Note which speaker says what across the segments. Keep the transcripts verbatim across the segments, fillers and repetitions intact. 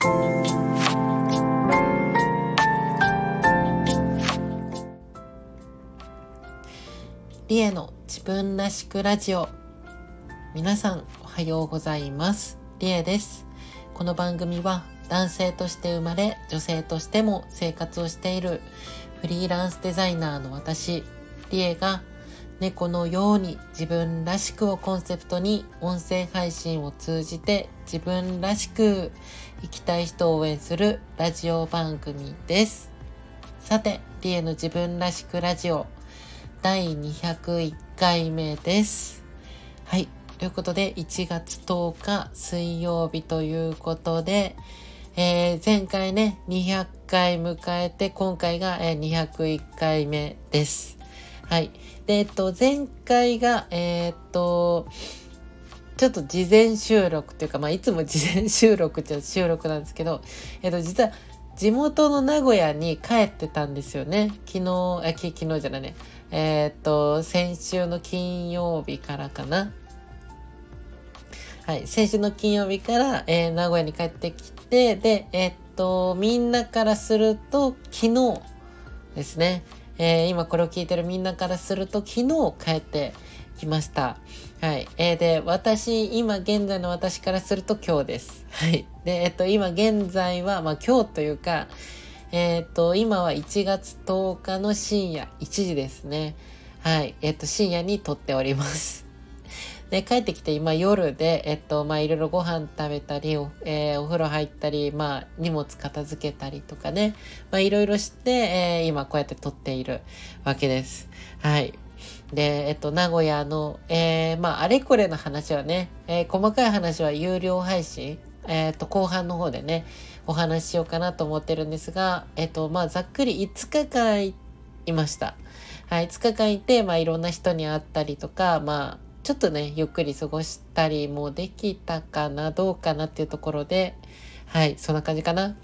Speaker 1: リエの自分らしくラジオ。皆さんおはようございます。リエです。この番組は男性として生まれ、女性としても生活をしているフリーランスデザイナーの私、リエが猫のように自分らしくをコンセプトに音声配信を通じて自分らしく生きたい人を応援するラジオ番組です。さて、リエの自分らしくラジオだいにひゃくいっかいめです。はい。ということで、いちがつとおか水曜日ということで、えー、前回ね、にひゃっかい迎えて、今回が、えー、にひゃくいっかいめです。はい。で、えっと、前回が、えー、っと、ちょっと事前収録というか、まあ、いつも事前収録って収録なんですけど、えっと、実は、地元の名古屋に帰ってたんですよね。昨日、え、き昨日じゃないね。えー、っと、先週の金曜日からかな。はい。先週の金曜日から、えー、名古屋に帰ってきて、で、えー、っと、みんなからすると、昨日ですね。えー、今これを聞いてるみんなからすると、昨日帰ってきました。はい。えー、で、私、今現在の私からすると今日です。はい。で、えっと、今現在は、まあ今日というか、えっと、今はいちがつとおかの深夜いちじですね。はい。えっと、深夜に撮っております。で、帰ってきて今夜で、えっと、まあいろいろご飯食べたり、お、えー、お風呂入ったり、まあ荷物片付けたりとかね、まあいろいろして、えー、今こうやって撮っているわけです。はい。で、えっと、名古屋の、えー、まあ、あれこれの話はね、えー、細かい話は有料配信、えっと、後半の方でね、お話ししようかなと思ってるんですが、えっと、まあ、ざっくりいつかかんいました。はい、いつかかんいて、まあ、いろんな人に会ったりとか、まあ、ちょっとね、ゆっくり過ごしたりもできたかな、どうかなっていうところで、はい、そんな感じかな。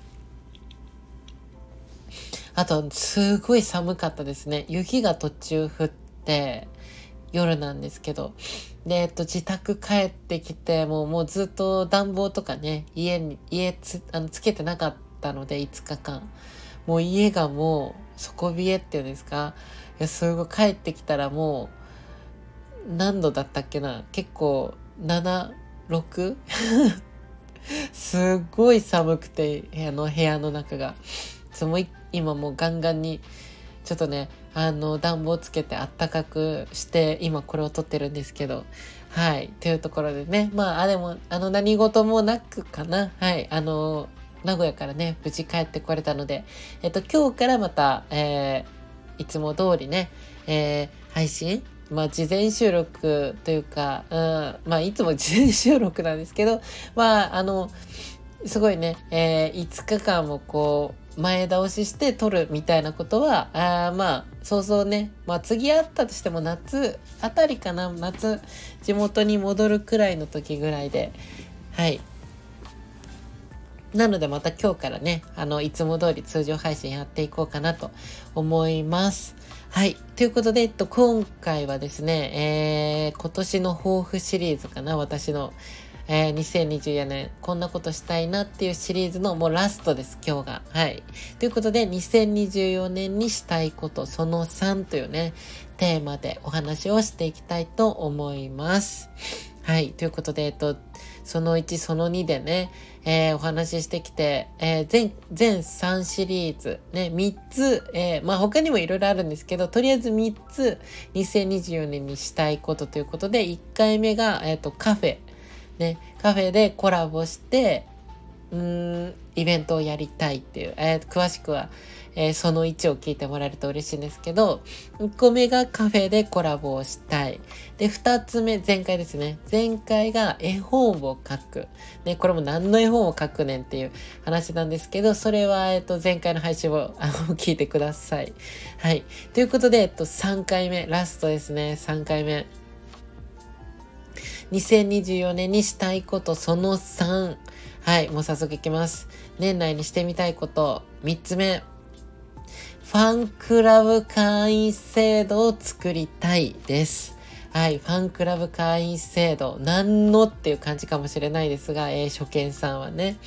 Speaker 1: あと、すごい寒かったですね。雪が途中降って、夜なんですけど。で、えっと、自宅帰ってきて、もう、もうずっと暖房とかね、家に、家つ、あの、つけてなかったので、いつかかん。もう家がもう、底冷えっていうんですか。いや、すごい帰ってきたらもう、何度だったっけな。結構、なな、ろく? すっごい寒くて、部屋の、部屋の中が。その今もうガンガンに、ちょっとね、あの、暖房つけてあったかくして、今これを撮ってるんですけど、はい。というところでね、まあ、あ、でも、あの、何事もなくかな。はい。あの、名古屋からね、無事帰ってこれたので、えっと、今日からまた、えー、いつも通りね、えー、配信まあ、事前収録というか、うん、まあ、いつも事前収録なんですけど、まあ、あの、すごいね、えー、いつかかんもこう、前倒しして撮るみたいなことは、あまあ、そうそうね、まあ次あったとしても夏あたりかな、夏、地元に戻るくらいの時ぐらいで、はい。なのでまた今日からね、あの、いつも通り通常配信やっていこうかなと思います。はい。ということで、えっと、今回はですね、えー、今年の抱負シリーズかな、私の。えー、にせんにじゅうよねんこんなことしたいなっていうシリーズのもうラストです、今日が。はい。ということで、にせんにじゅうよねんにしたいことそのさんというね、テーマでお話をしていきたいと思います。はい。ということで、えっと、そのいち、そのにでね、えー、お話ししてきて、えー、全、全さんシリーズ、ね、みっつ、えー、まあ他にもいろいろあるんですけど、とりあえずみっつ、にせんにじゅうよねんにしたいことということで、いっかいめが、えっと、カフェ。ね、カフェでコラボして、うーん、イベントをやりたいっていう、えー、詳しくは、えー、そのいちを聞いてもらえると嬉しいんですけど、いっこめがカフェでコラボをしたい。で、ふたつめ、前回ですね。前回が絵本を書く。ね、これも何の絵本を書くねんっていう話なんですけど、それは、えっと、前回の配信をあの聞いてください。はい。ということで、えっと、さんかいめ、ラストですね。さんかいめ。にせんにじゅうよねんにしたいことそのさん。はい、もう早速いきます。年内にしてみたいこと。みっつめ。ファンクラブ会員制度を作りたいです。はい、ファンクラブ会員制度。何のっていう感じかもしれないですが、えー、初見さんはね。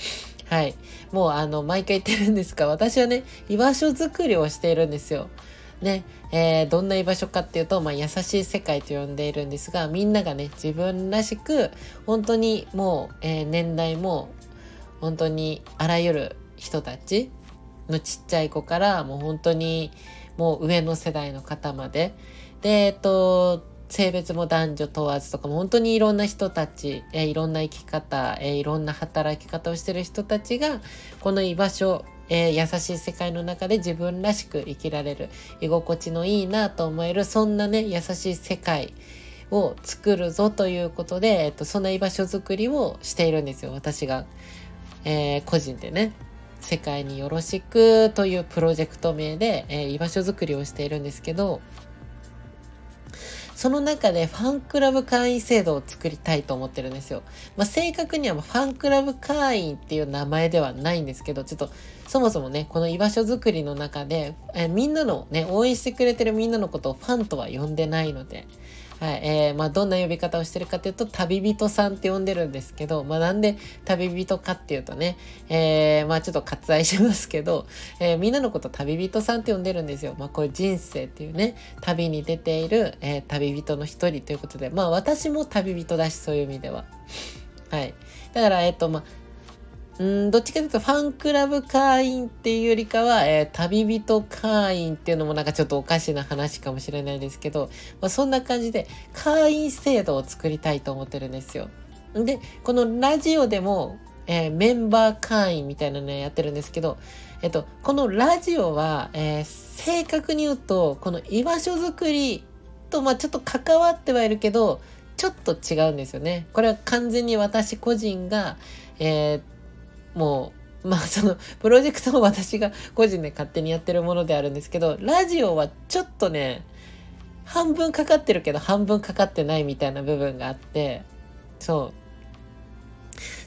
Speaker 1: はい。もうあの、毎回言ってるんですが、私はね、居場所づくりをしているんですよ。ね、えー、どんな居場所かっていうと、まあ、優しい世界と呼んでいるんですが、みんながね、自分らしく、本当にもう、えー、年代も、本当にあらゆる人たちのちっちゃい子から、もう本当に、もう上の世代の方まで、で、えっと、性別も男女問わずとかも本当にいろんな人たち、えー、いろんな生き方、えー、いろんな働き方をしている人たちが、この居場所、えー、優しい世界の中で自分らしく生きられる、居心地のいいなと思える、そんなね、優しい世界を作るぞということで、えっと、そんな居場所づくりをしているんですよ、私が。えー、個人でね。世界によろしくというプロジェクト名で、えー、居場所づくりをしているんですけど、その中でファンクラブ会員制度を作りたいと思ってるんですよ。まあ、正確にはファンクラブ会員っていう名前ではないんですけど、ちょっとそもそもね、この居場所づくりの中で、えー、みんなのね、応援してくれてるみんなのことをファンとは呼んでないので、はい、えー、まあ、どんな呼び方をしてるかというと、旅人さんって呼んでるんですけど、まあ、なんで旅人かっていうとね、えー、まあ、ちょっと割愛しますけど、えー、みんなのこと旅人さんって呼んでるんですよ。まあ、これ人生っていうね、旅に出ている、えー、旅人の一人ということで、まあ、私も旅人だし、そういう意味では。はい。だから、えっと、まあ、うん、どっちかというとファンクラブ会員っていうよりかは、えー、旅人会員っていうのもなんかちょっとおかしな話かもしれないですけど、まあ、そんな感じで会員制度を作りたいと思ってるんですよ。で、このラジオでも、えー、メンバー会員みたいなのやってるんですけど、えっと、このラジオは、えー、正確に言うと、この居場所づくりと、まあちょっと関わってはいるけど、ちょっと違うんですよね。これは完全に私個人が、えーもう、まあその、プロジェクトも私が個人で勝手にやってるものであるんですけど、ラジオはちょっとね、半分かかってるけど半分かかってないみたいな部分があって、そう。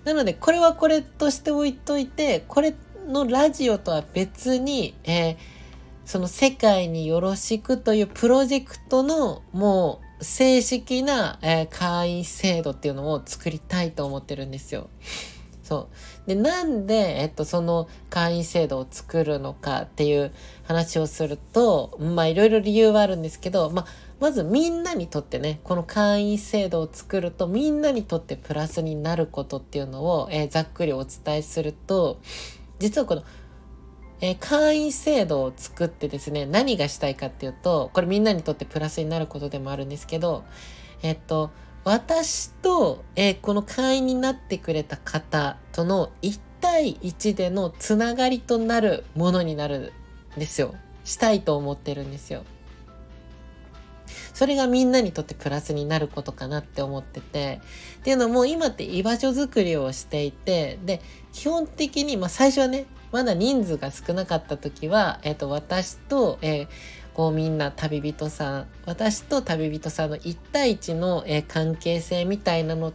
Speaker 1: なので、これはこれとして置いといて、これのラジオとは別に、えー、その世界によろしくというプロジェクトのもう正式な、えー、会員制度っていうのを作りたいと思ってるんですよ。そう。で、なんで、えっと、その会員制度を作るのかっていう話をすると、まあ、いろいろ理由はあるんですけど、まあ、まずみんなにとってね、この会員制度を作ると、みんなにとってプラスになることっていうのを、えー、ざっくりお伝えすると、実はこの、えー、会員制度を作ってですね、何がしたいかっていうと、これみんなにとってプラスになることでもあるんですけど、えっと、私と、えー、この会員になってくれた方とのいち対いちでのつながりとなるものになるんですよ。したいと思ってるんですよ。それがみんなにとってプラスになることかなって思ってて。っていうのも今って居場所づくりをしていて、で、基本的に、まあ最初はね、まだ人数が少なかった時は、えっと、私と、えーこうみんな旅人さん、私と旅人さんのいち対いちの、えー、関係性みたいなのって、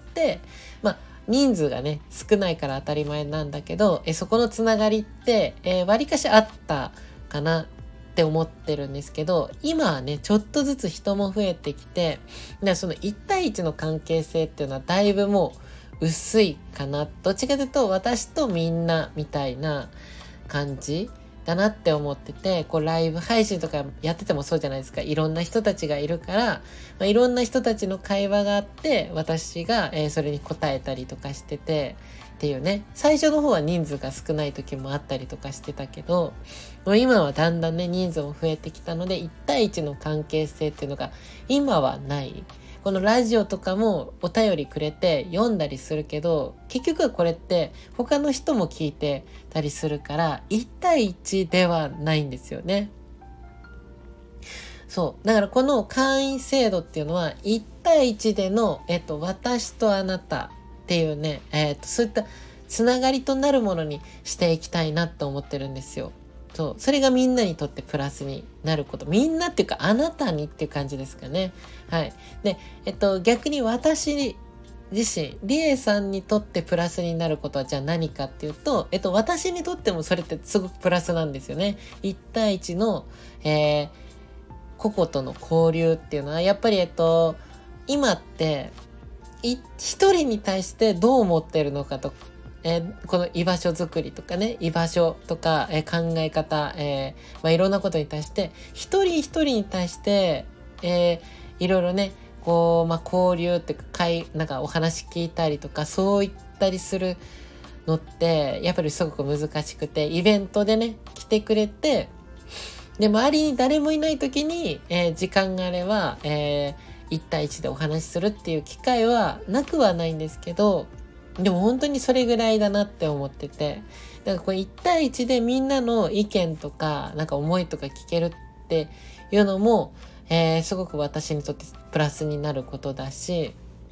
Speaker 1: まあ人数がね、少ないから当たり前なんだけど、えー、そこのつながりって、えー、割かしあったかなって思ってるんですけど、今はね、ちょっとずつ人も増えてきて、でそのいち対いちの関係性っていうのはだいぶもう薄いかな。どっちかというと私とみんなみたいな感じだなって思ってて、こうライブ配信とかやっててもそうじゃないですか。いろんな人たちがいるから、まあ、いろんな人たちの会話があって、私が、えー、それに答えたりとかしてて、っていうね。最初の方は人数が少ない時もあったりとかしてたけど、もう今はだんだんね、人数も増えてきたので、いち対いちの関係性っていうのが今はない。このラジオとかもお便りくれて読んだりするけど、結局はこれって他の人も聞いてたりするから、いち対いちではないんですよね。そう。だからこの会員制度っていうのは、いち対いちでの、えっと、私とあなたっていうね、えっと、そういったつながりとなるものにしていきたいなって思ってるんですよ。そう。それがみんなにとってプラスになること。みんなっていうか、あなたにっていう感じですかね。はい。で、えっと、逆に私自身、リエさんにとってプラスになることはじゃあ何かっていうと、えっと、私にとってもそれってすごくプラスなんですよね。いち対いちの、えー、個々との交流っていうのは、やっぱり、えっと、今って、一人に対してどう思ってるのかと、 えー、この居場所づくりとかね、居場所とか、えー、考え方、えーまあ、いろんなことに対して、一人一人に対して、えー、いろいろね、こう、まあ、交流っていうか、かい、なんかお話聞いたりとか、そういったりするのって、やっぱりすごく難しくて、イベントでね、来てくれて、で、周りに誰もいない時に、えー、時間があれば、えー、いち対いちでお話しするっていう機会はなくはないんですけど、でも本当にそれぐらいだなって思ってて、だからこれいち対いちでみんなの意見とか、なんか思いとか聞けるっていうのも、えー、すごく私にとってプラスになることだし、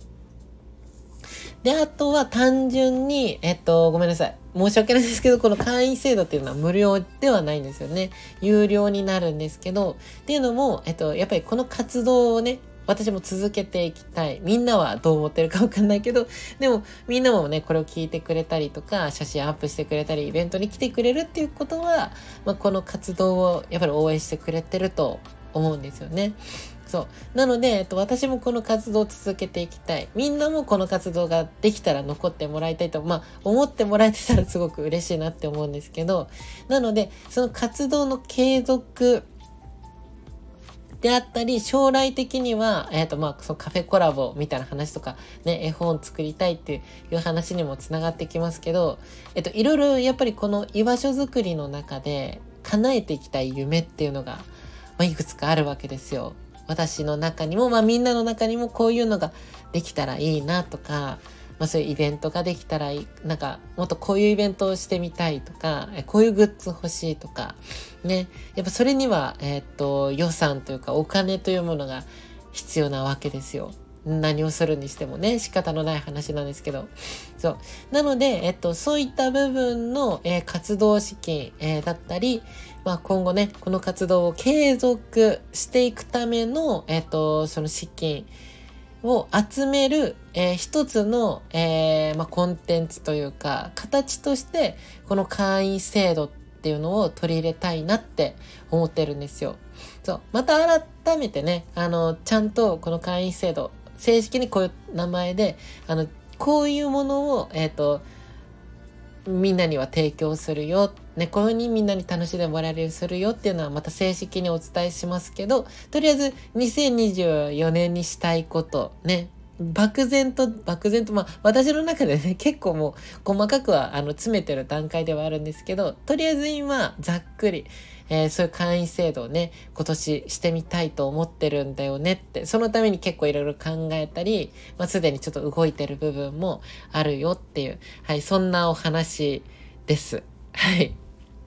Speaker 1: で、あとは単純に、えっと、ごめんなさい。申し訳ないですけど、この会員制度っていうのは無料ではないんですよね。有料になるんですけど、っていうのも、えっと、やっぱりこの活動をね、私も続けていきたい。みんなはどう思ってるかわかんないけど、でもみんなもね、これを聞いてくれたりとか、写真アップしてくれたり、イベントに来てくれるっていうことは、まあ、この活動をやっぱり応援してくれてると思うんですよね。そう。なので、えっと、私もこの活動を続けていきたい。みんなもこの活動ができたら残ってもらいたいと、まあ、思ってもらえてたらすごく嬉しいなって思うんですけど、なので、その活動の継続であったり、将来的には、えっと、まあ、そのカフェコラボみたいな話とか、ね、絵本作りたいっていう話にもつながってきますけど、えっと、いろいろやっぱりこの居場所づくりの中で叶えていきたい夢っていうのが、まあ、いくつかあるわけですよ。私の中にも、まあみんなの中にもこういうのができたらいいなとか、まあそういうイベントができたらいい、なんかもっとこういうイベントをしてみたいとか、こういうグッズ欲しいとか、ね。やっぱそれには、えーっと、予算というかお金というものが必要なわけですよ。何をするにしてもね、仕方のない話なんですけど。そう。なので、えっと、そういった部分の、えー活動資金、えーだったり、まあ今後ね、この活動を継続していくための、えっと、その資金を集める、えー一つの、えーまあ、コンテンツというか、形として、この会員制度っていうのを取り入れたいなって思ってるんですよ。そう。また改めてね、あの、ちゃんとこの会員制度、正式にこういう名前で、あの、こういうものを、えっと、みんなには提供するよ。ね、こういう風にみんなに楽しんでもらえるようにするよっていうのはまた正式にお伝えしますけど、とりあえずにせんにじゅうよねんにしたいこと、ね、漠然と、漠然と、まあ私の中でね、結構もう細かくはあの詰めてる段階ではあるんですけど、とりあえず今ざっくり、えー、そういう会員制度をね、今年してみたいと思ってるんだよねって、そのために結構いろいろ考えたり、まあすでにちょっと動いてる部分もあるよっていう、はい、そんなお話です。はい。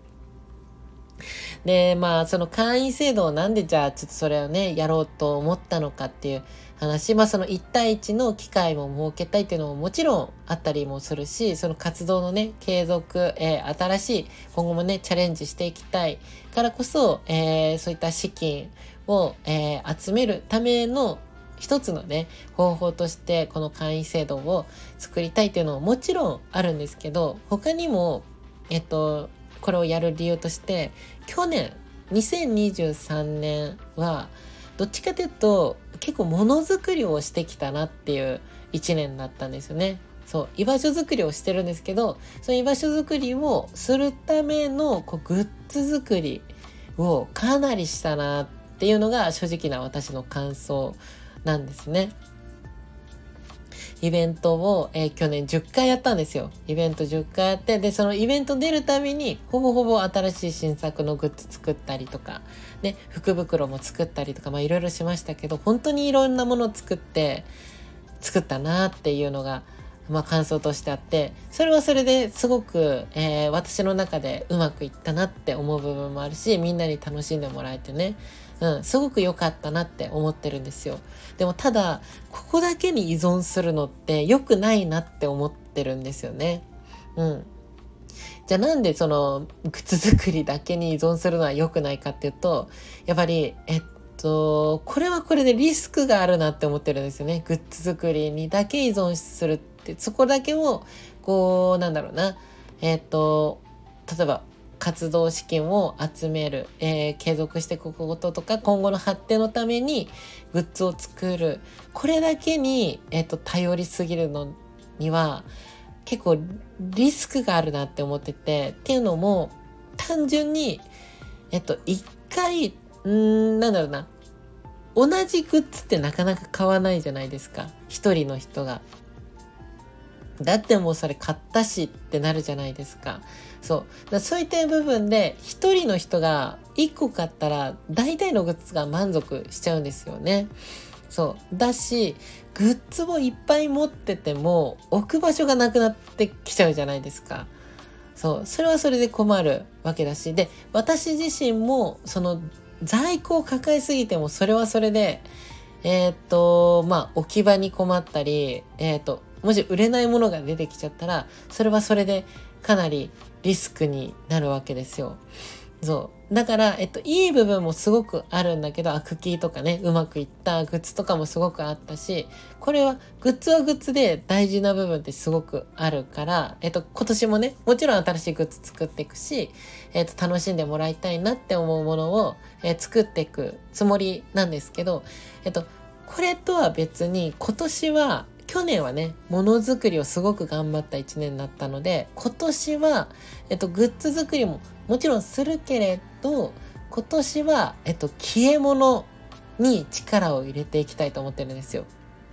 Speaker 1: で、まあ、その会員制度をなんでじゃあちょっとそれをね、やろうと思ったのかっていう話、まあそのいち対いちの機会も設けたいっていうのももちろんあったりもするし、その活動のね、継続、えー新しい、今後もね、チャレンジしていきたいからこそ、えーそういった資金を、えー集めるための一つのね、方法としてこの会員制度を作りたいっていうのももちろんあるんですけど、他にも、えっと、これをやる理由として、去年、にせんにじゅうさんねんは、どっちかというと、結構ものづくりをしてきたなっていう一年だったんですよね。そう、居場所づくりをしてるんですけど、その居場所づくりをするためのこうグッズ作りをかなりしたなっていうのが正直な私の感想なんですね。イベントを、えー去年じゅっかいやったんですよ。イベントじゅっかいやって、で、そのイベント出るたびに、ほぼほぼ新しい新作のグッズ作ったりとか、で、福袋も作ったりとか、まあいろいろしましたけど、本当にいろんなものを作って、作ったなっていうのが、まあ感想としてあって、それはそれですごく、えー私の中でうまくいったなって思う部分もあるし、みんなに楽しんでもらえてね、うん、すごく良かったなって思ってるんですよ。でもただ、ここだけに依存するのって良くないなって思ってるんですよね。うん。じゃあなんでそのグッズ作りだけに依存するのは良くないかっていうと、やっぱり、えっと、これはこれでリスクがあるなって思ってるんですよね。グッズ作りにだけ依存するって、そこだけを、こう、なんだろうな、えっと、例えば、活動資金を集める、えー継続していくこととか、今後の発展のためにグッズを作る。これだけに、えっと、頼りすぎるのには、 結構リスクがあるなって思ってて、っていうのも単純にえっと一回うーんなんだろうな、同じグッズってなかなか買わないじゃないですか、一人の人が。だってもうそれ買ったしってなるじゃないですか。そうだ、そういった部分で一人の人が一個買ったら大体のグッズが満足しちゃうんですよね。そうだし、グッズをいっぱい持ってても置く場所がなくなってきちゃうじゃないですか。そうそれはそれで困るわけだし、で私自身もその在庫を抱えすぎてもそれはそれでえーっとまあ置き場に困ったり、えーっともし売れないものが出てきちゃったらそれはそれでかなりリスクになるわけですよ。そうだから、えっと、いい部分もすごくあるんだけど、アクキーとかね、うまくいったグッズとかもすごくあったし、これはグッズはグッズで大事な部分ってすごくあるから、えっと、今年もね、もちろん新しいグッズ作っていくし、えっと、楽しんでもらいたいなって思うものを、えー作っていくつもりなんですけど、えっと、これとは別に今年は、去年はね、ものづくりをすごく頑張ったいちねんだったので、今年は、えっと、グッズ作りももちろんするけれど、今年は、えっと、消え物に力を入れていきたいと思ってるんですよ。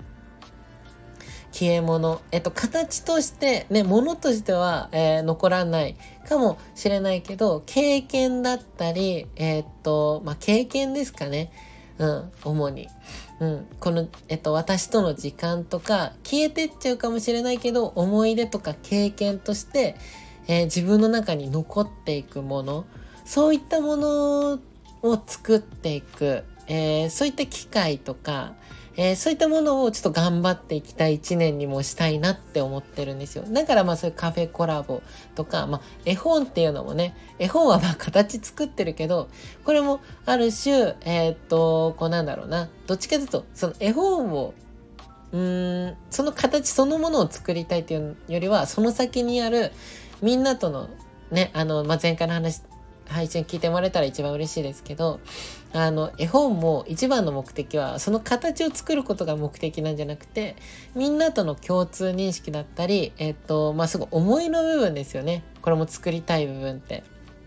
Speaker 1: 消え物。えっと、形として、ね、物としては、えー残らないかもしれないけど、経験だったり、えーっと、まあ、経験ですかね。うん、主に。うん、この、えっと、私との時間とか、消えてっちゃうかもしれないけど、思い出とか経験として、えー自分の中に残っていくもの、そういったものを作っていく、えーそういった機会とか、えーそういったものをちょっと頑張っていきたい一年にもしたいなって思ってるんですよ。だからまあそういうカフェコラボとか、まあ絵本っていうのもね、絵本はまあ形作ってるけど、これもある種、えーっと、こうなんだろうな、どっちかというと、その絵本をうーんその形そのものを作りたいというよりは、その先にあるみんなとのね、あの、まあ、前回の話、配信聞いてもらえたら一番嬉しいですけど、あの、絵本も一番の目的は、その形を作ることが目的なんじゃなくて、みんなとの共通認識だったり、えっと、まあ、すごい思いの部分ですよね。これも作りたい部分って。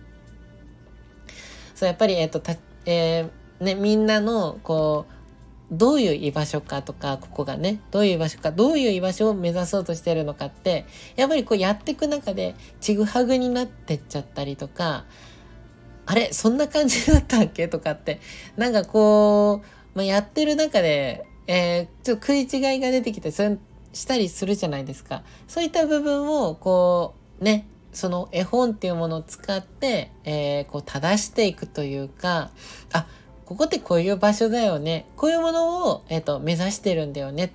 Speaker 1: そう、やっぱり、えっと、た、えーね、みんなの、こう、どういう居場所かとか、ここがね、どういう居場所か、どういう居場所を目指そうとしてるのかって、やっぱりこうやっていく中で、ちぐはぐになってっちゃったりとか、あれそんな感じだったっけとかって、なんかこう、まあ、やってる中で、えー、ちょっと食い違いが出てきて、そういうしたりするじゃないですか。そういった部分を、こう、ね、その絵本っていうものを使って、えー、こう正していくというか、あ、ここってこういう場所だよね。こういうものを、えっと、目指してるんだよねって、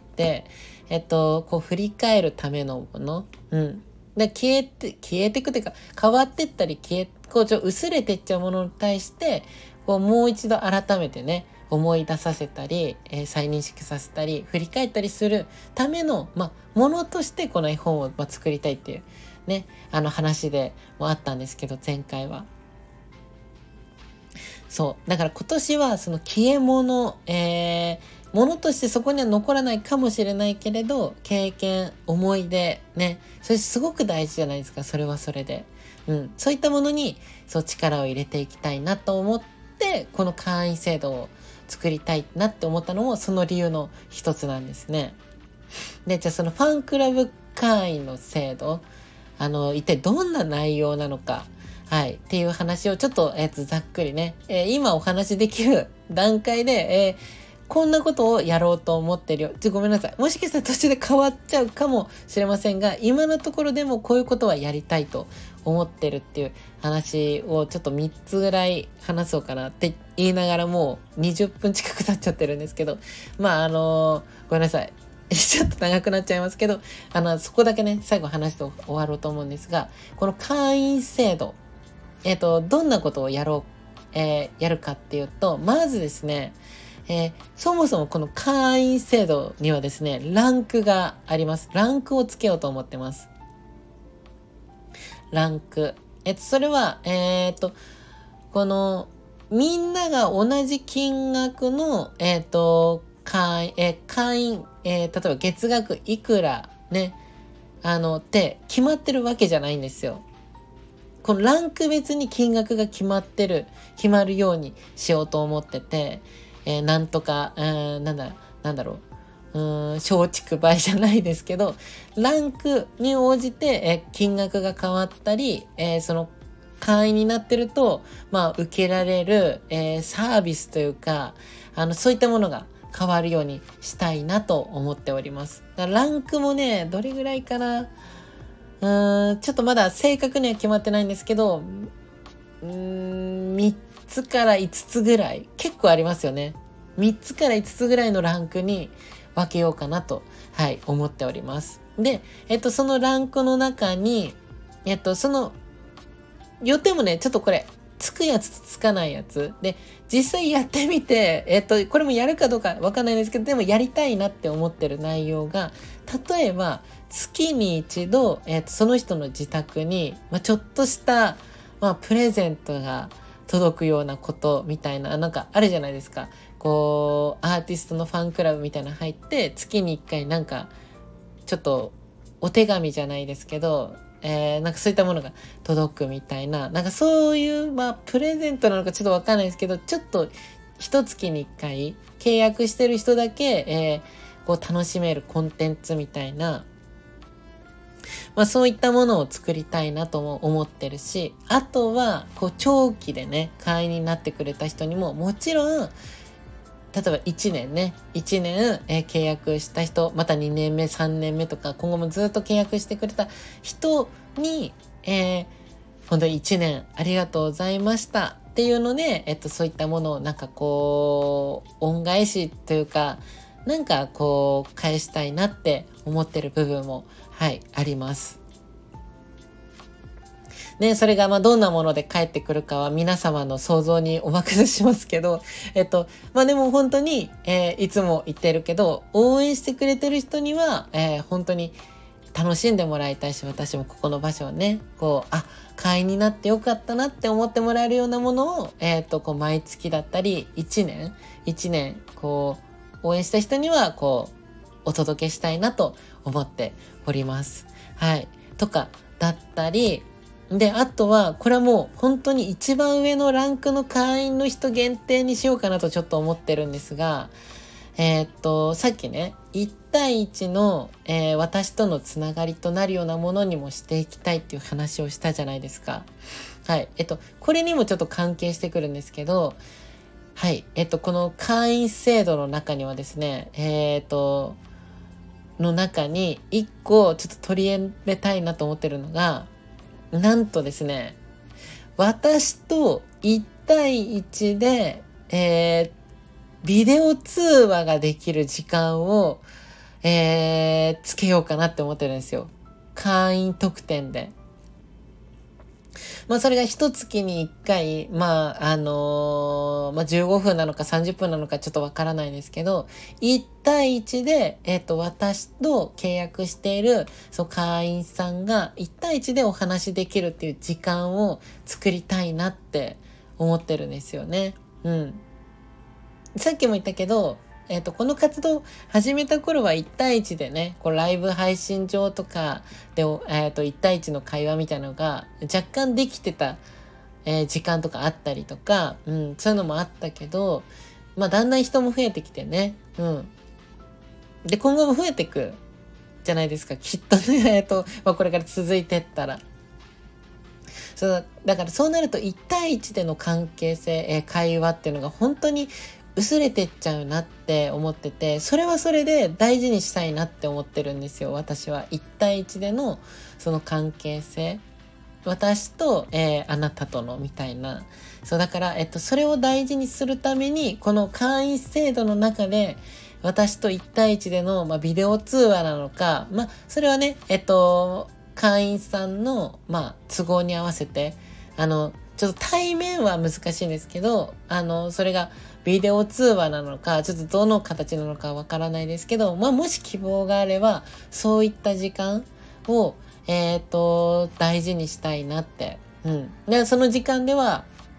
Speaker 1: えっと、こう振り返るためのもの。うん。で、消えて、消えていくというか、変わってったり、消え、こう、ちょ、薄れてっちゃうものに対して、こう、もう一度改めてね、思い出させたり、えー再認識させたり、振り返ったりするための、まあ、ものとしてこの絵本を、まあ、作りたいっていう、ね、あの話でもあったんですけど、前回は。そう。だから今年はその消え物、えー、ものとしてそこには残らないかもしれないけれど、経験、思い出、ね。それすごく大事じゃないですか、それはそれで。うん。そういったものに、そう力を入れていきたいなと思って、この会員制度を作りたいなって思ったのも、その理由の一つなんですね。で、じゃあそのファンクラブ会員の制度、あの、一体どんな内容なのか、はい、っていう話をちょっと、えっと、ざっくりね、えー今お話しできる段階で、えーこんなことをやろうと思ってるよ。ちょ、ごめんなさい。もしかしたら途中で変わっちゃうかもしれませんが、今のところでもこういうことはやりたいと思ってるっていう話をちょっとみっつぐらい話そうかなって言いながらもうにじゅっぷん近く経っちゃってるんですけど、まあ、あのーごめんなさい。ちょっと長くなっちゃいますけど、あの、そこだけね、最後話して終わろうと思うんですが、この会員制度、えっと、どんなことをやろう、えーやるかっていうと、まずですね、えーそもそもこの会員制度にはですね、ランクがあります。ランクをつけようと思ってます。ランク。えっと、それは、えっと、この、みんなが同じ金額の、えっと、会員、えー会員、えー例えば月額いくらね、 あの、って決まってるわけじゃないんですよ。このランク別に金額が決まってる、決まるようにしようと思ってて、えー、なんとか、えー、なんだ、なんだろう、うーん、松竹梅じゃないですけど、ランクに応じて、えー、金額が変わったり、えー、その会員になってると、まあ、受けられる、えー、サービスというか、あの、そういったものが変わるようにしたいなと思っております。だからランクもね、どれぐらいかな。うーん、ちょっとまだ正確には決まってないんですけど、うーん、みっつからいつつぐらい、結構ありますよね。みっつからいつつぐらいのランクに分けようかなと、はい、思っております。で、えっと、そのランクの中に、えっと、その、予定もね、ちょっとこれ、つくやつとつかないやつ。で、実際やってみて、えっと、これもやるかどうかわかんないんですけど、でもやりたいなって思ってる内容が、例えば、月に一度、えっと、その人の自宅に、まあ、ちょっとした、まあ、プレゼントが届くようなことみたいな、なんかあるじゃないですか。こう、アーティストのファンクラブみたいなの入って、月に一回なんか、ちょっと、お手紙じゃないですけど、えー、なんかそういったものが届くみたいな、なんかそういう、まあ、プレゼントなのかちょっとわかんないですけど、ちょっと一月に一回契約してる人だけ、えー、こう楽しめるコンテンツみたいな、まあそういったものを作りたいなとも思ってるし、あとは、こう長期でね、会員になってくれた人にも、もちろん、例えばいちねんね、いちねん、えー、契約した人、またにねんめ、さんねんめとか、今後もずっと契約してくれた人に、えー、本当にいちねんありがとうございましたっていうので、えっと、そういったものをなんかこう、恩返しというか、なんかこう、返したいなって思ってる部分も、はい、あります。ね、それがまあどんなもので返ってくるかは皆様の想像にお任せしますけど、えっと、まあでも本当に、えー、いつも言ってるけど、応援してくれてる人には、えー、本当に楽しんでもらいたいし、私もここの場所をね、こう、あ、会員になってよかったなって思ってもらえるようなものを、えっと、こう、毎月だったり、いちねん、いちねん、こう、応援した人には、こう、お届けしたいなと思っております。はい。とか、だったり、で、あとは、これはもう本当に一番上のランクの会員の人限定にしようかなとちょっと思ってるんですが、えー、っと、さっきね、いち対いちの、えー、私とのつながりとなるようなものにもしていきたいっていう話をしたじゃないですか。はい。えっと、これにもちょっと関係してくるんですけど、はい。えっと、この会員制度の中にはですね、えー、っと、の中に一個ちょっと取り入れたいなと思ってるのが、なんとですね、私といち対いちで、えー、ビデオ通話ができる時間を、えー、つけようかなって思ってるんですよ。会員特典で。まあそれが一月に一回、まああのー、まあじゅうごふんなのかさんじゅっぷんなのかちょっとわからないですけど、いち対いちで、えっと、私と契約している、そう、会員さんがいち対いちでお話できるっていう時間を作りたいなって思ってるんですよね。うん。さっきも言ったけど、えっと、この活動始めた頃はいち対いちでね、こうライブ配信上とかで、えっと、いち対いちの会話みたいなのが若干できてた、えー時間とかあったりとか、うん、そういうのもあったけど、まあ、だんだん人も増えてきてね、うん。で、今後も増えていくじゃないですか、きっとね、えっと、まあ、これから続いてったら。そう、だからそうなるといち対いちでの関係性、えー会話っていうのが本当に薄れてっちゃうなって思ってて、それはそれで大事にしたいなって思ってるんですよ。私はいち対いちでのその関係性。私と、えーあなたとのみたいな。そうだから、えっと、それを大事にするために、この会員制度の中で、私といち対いちでの、まあ、ビデオ通話なのか、まあ、それはね、えっと、会員さんの、まあ、都合に合わせて、あの、ちょっと対面は難しいんですけど、あの、それがビデオ通話なのか、ちょっとどの形なのかわからないですけど、まあ、もし希望があれば、そういった時間を、えっと、大事にしたいなって。うん。で、その時間では、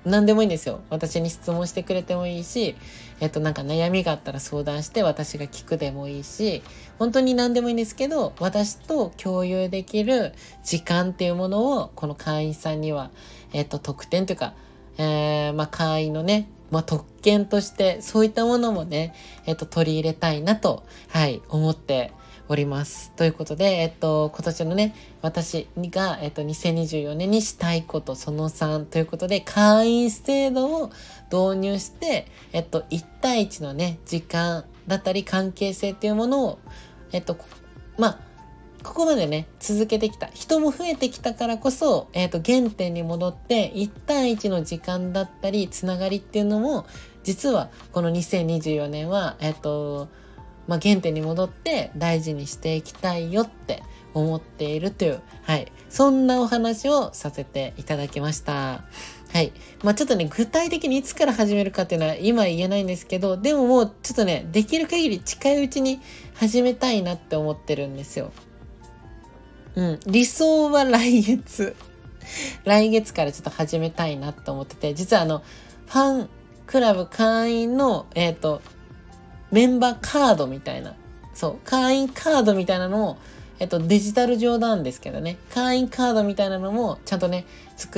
Speaker 1: 何でもいいんですよ。私に質問してくれてもいいし、えっとなんか悩みがあったら相談して私が聞くでもいいし、本当に何でもいいんですけど、私と共有できる時間っていうものをこの会員さんには、えっと特典というか、えー、まあ会員のね、まあ特権としてそういったものもね、えっと取り入れたいなと、はい、思っております。ということで、えっと、今年のね、私が、えっと、にせんにじゅうよねんにしたいことそのさんということで、会員制度を導入して、えっと、いち対いちのね、時間だったり関係性っていうものを、えっと、まあ、ここまでね、続けてきた。人も増えてきたからこそ、えっと、原点に戻って、いち対いちの時間だったり、つながりっていうのも、実は、このにせんにじゅうよねんは、えっと、まあ、原点に戻って大事にしていきたいよって思っているという、はい。そんなお話をさせていただきました。はい。まあ、ちょっとね、具体的にいつから始めるかっていうのは今言えないんですけど、でももうちょっとね、できる限り近いうちに始めたいなって思ってるんですよ。うん。理想は来月。来月からちょっと始めたいなって思ってて、実はあの、ファンクラブ会員の、えっと、メンバーカードみたいな、そう、会員カードみたいなのを、えっと、デジタル上なんですけどね、会員カードみたいなのもちゃんとね、作って、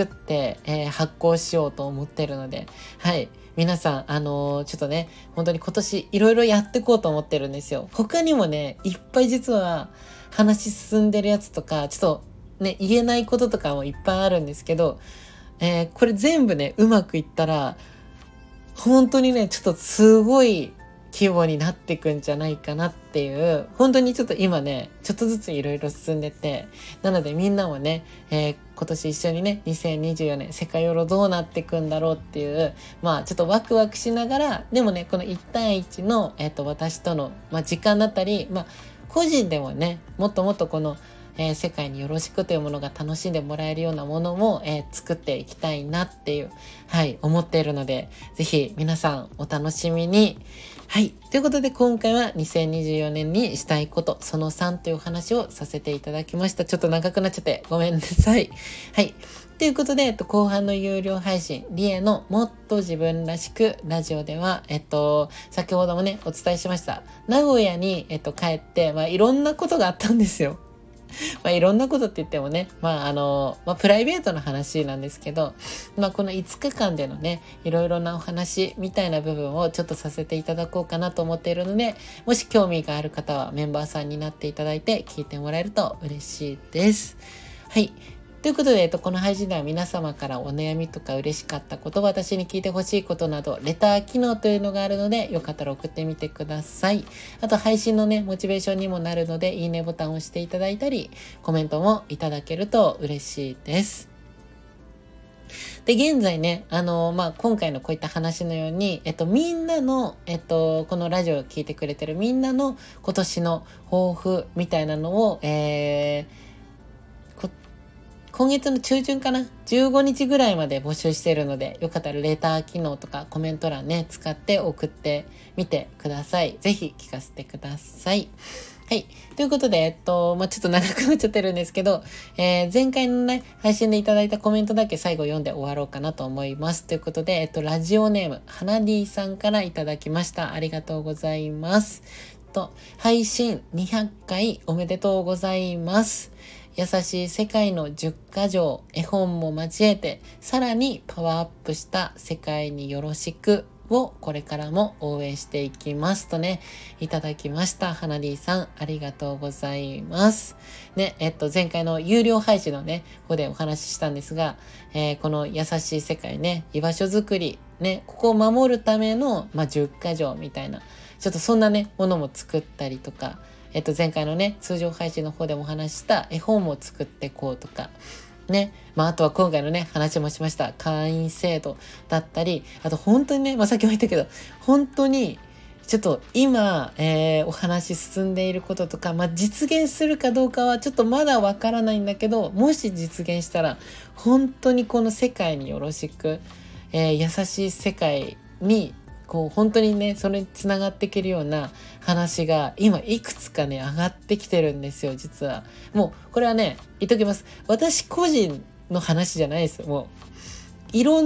Speaker 1: えー、発行しようと思ってるので、はい。皆さん、あのー、ちょっとね、本当に今年いろいろやっていこうと思ってるんですよ。他にもね、いっぱい実は話進んでるやつとか、ちょっとね、言えないこととかもいっぱいあるんですけど、えー、これ全部ね、うまくいったら、本当にね、ちょっとすごい規模になっていくんじゃないかなっていう、本当にちょっと今ね、ちょっとずついろいろ進んでて、なのでみんなもね、えー、今年一緒にね、にせんにじゅうよねん、世界ヨロどうなっていくんだろうっていう、まあちょっとワクワクしながら、でもね、このいち対いちの、えっと、私との、まあ時間だったり、まあ個人でもね、もっともっとこの、えー、世界によろしくというものが楽しんでもらえるようなものも、えー、作っていきたいなっていう、はい、思っているので、ぜひ皆さんお楽しみに。はい。ということで今回はにせんにじゅうよねんにしたいことそのさんというお話をさせていただきました。ちょっと長くなっちゃってごめんなさい。はい。ということで、えっと、後半の有料配信、リエのもっと自分らしくラジオでは、えっと、先ほどもね、お伝えしました。名古屋に、えっと、帰って、まあ、いろんなことがあったんですよ。まあいろんなことって言ってもね、まああの、まあプライベートの話なんですけど、まあこのいつかかんでのね、いろいろなお話みたいな部分をちょっとさせていただこうかなと思っているので、もし興味がある方はメンバーさんになっていただいて聞いてもらえると嬉しいです。はい。ということで、えっと、この配信では皆様からお悩みとか嬉しかったこと、私に聞いてほしいことなど、レター機能というのがあるので、よかったら送ってみてください。あと、配信のね、モチベーションにもなるので、いいねボタンを押していただいたり、コメントもいただけると嬉しいです。で、現在ね、あの、まあ、今回のこういった話のように、えっと、みんなの、えっと、このラジオを聞いてくれてるみんなの今年の抱負みたいなのを、えー、今月の中旬かなじゅうごにちぐらいまで募集しているので、よかったらレター機能とかコメント欄ね、使って送ってみてください。ぜひ聞かせてください。はい。ということで、えっと、まあ、ちょっと長くなっちゃってるんですけど、えー、前回のね、配信でいただいたコメントだけ最後読んで終わろうかなと思います。ということで、えっと、ラジオネーム、はなディさんからいただきました。ありがとうございます。と、配信にひゃっかいおめでとうございます。優しい世界のじゅっか条、絵本も交えて、さらにパワーアップした世界によろしくをこれからも応援していきますとね、いただきました。はなディさん、ありがとうございます。ね、えっと、前回の有料配信のね、方でお話ししたんですが、えー、この優しい世界ね、居場所づくり、ね、ここを守るための、まあ、じゅっか条みたいな、ちょっとそんなね、ものも作ったりとか、えっと、前回のね、通常配信の方でもお話した絵本も作ってこうとか、ね。まあ、あとは今回のね、話もしました。会員制度だったり、あと本当にね、まあ、さっきも言ったけど、本当に、ちょっと今、えー、お話進んでいることとか、まあ、実現するかどうかはちょっとまだわからないんだけど、もし実現したら、本当にこの世界によろしく、えー、優しい世界に、こう本当にねそれにつながっていけるような話が今いくつかね上がってきてるんですよ。実はもうこれはね言っときます。私個人の話じゃないですよ。もういろんな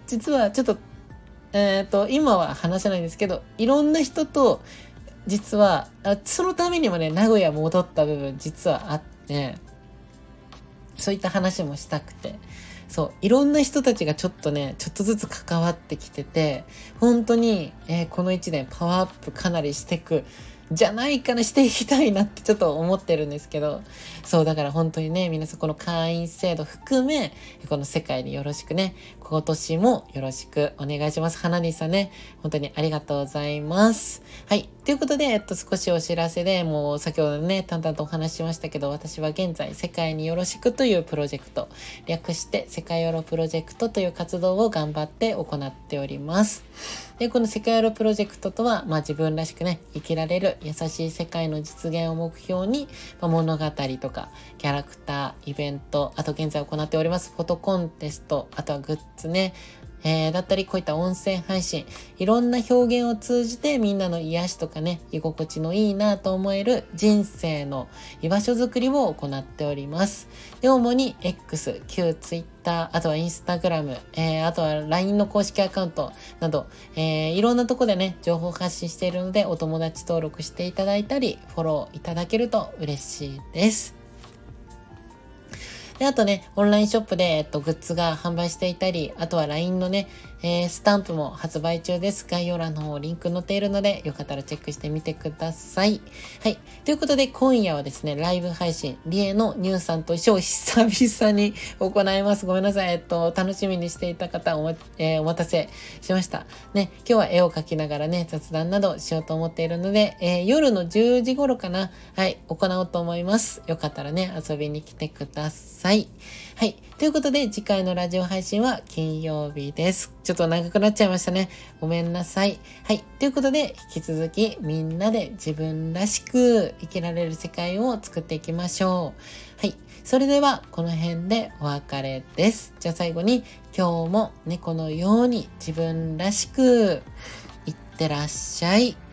Speaker 1: 実はちょっと、えっと、今は話せないんですけど、いろんな人と、実は、そのためにもね、名古屋戻った部分実はあって、そういった話もしたくて、そう、いろんな人たちがちょっとね、ちょっとずつ関わってきてて、本当に、えー、このいちねんパワーアップかなりしていく、じゃないかな、していきたいなってちょっと思ってるんですけど、そう、だから本当にね、皆さんこの会員制度含め、この世界によろしくね、今年もよろしくお願いします。花にさんね、本当にありがとうございます。はい。ということで、えっと、少しお知らせで、もう先ほどね、淡々とお話ししましたけど、私は現在、世界によろしくというプロジェクト、略して世界ヨロプロジェクトという活動を頑張って行っております。で、この世界ヨロプロジェクトとは、まあ自分らしくね、生きられる優しい世界の実現を目標に、まあ、物語とか、キャラクター、イベント、あと現在行っておりますフォトコンテスト、あとはグッズね、えー、だったりこういった音声配信、いろんな表現を通じてみんなの癒しとかね、居心地のいいなと思える人生の居場所づくりを行っております。で、主に X、旧 Twitter、あとは Instagram、えー、あとは ライン の公式アカウントなど、えー、いろんなとこでね、情報発信しているので、お友達登録していただいたり、フォローいただけると嬉しいです。で、あとね、オンラインショップで、えっと、グッズが販売していたり、あとは ライン のね、えー、スタンプも発売中です。概要欄の方リンク載っているので、よかったらチェックしてみてください。はい。ということで、今夜はですね、ライブ配信、リエのニューさんと一緒久々に行います。ごめんなさい。えっと、楽しみにしていた方お、えー、お待たせしました。ね、今日は絵を描きながらね、雑談などしようと思っているので、えー、夜のじゅうじ頃かな、はい、行おうと思います。よかったらね、遊びに来てください。はい。ということで、次回のラジオ配信は金曜日です。ちょっと長くなっちゃいましたね。ごめんなさい。はい。ということで、引き続きみんなで自分らしく生きられる世界を作っていきましょう。はい。それでは、この辺でお別れです。じゃあ最後に、今日も猫のように自分らしくいってらっしゃい。